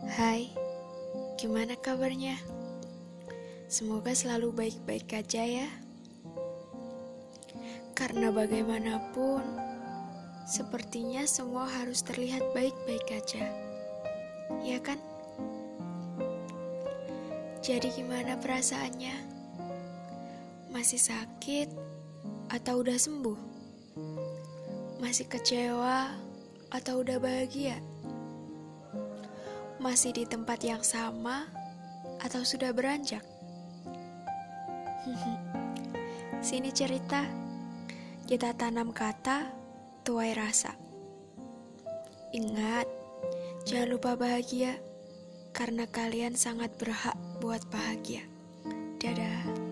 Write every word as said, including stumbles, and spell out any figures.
Hai, gimana kabarnya? Semoga selalu baik-baik aja ya. Karena bagaimanapun, sepertinya semua harus terlihat baik-baik aja. Ya kan? Jadi gimana perasaannya? Masih sakit atau udah sembuh? Masih kecewa atau udah bahagia? Masih di tempat yang sama atau sudah beranjak? Sini cerita, kita tanam kata, tuai rasa. Ingat, jangan lupa bahagia, karena kalian sangat berhak buat bahagia. Dadah.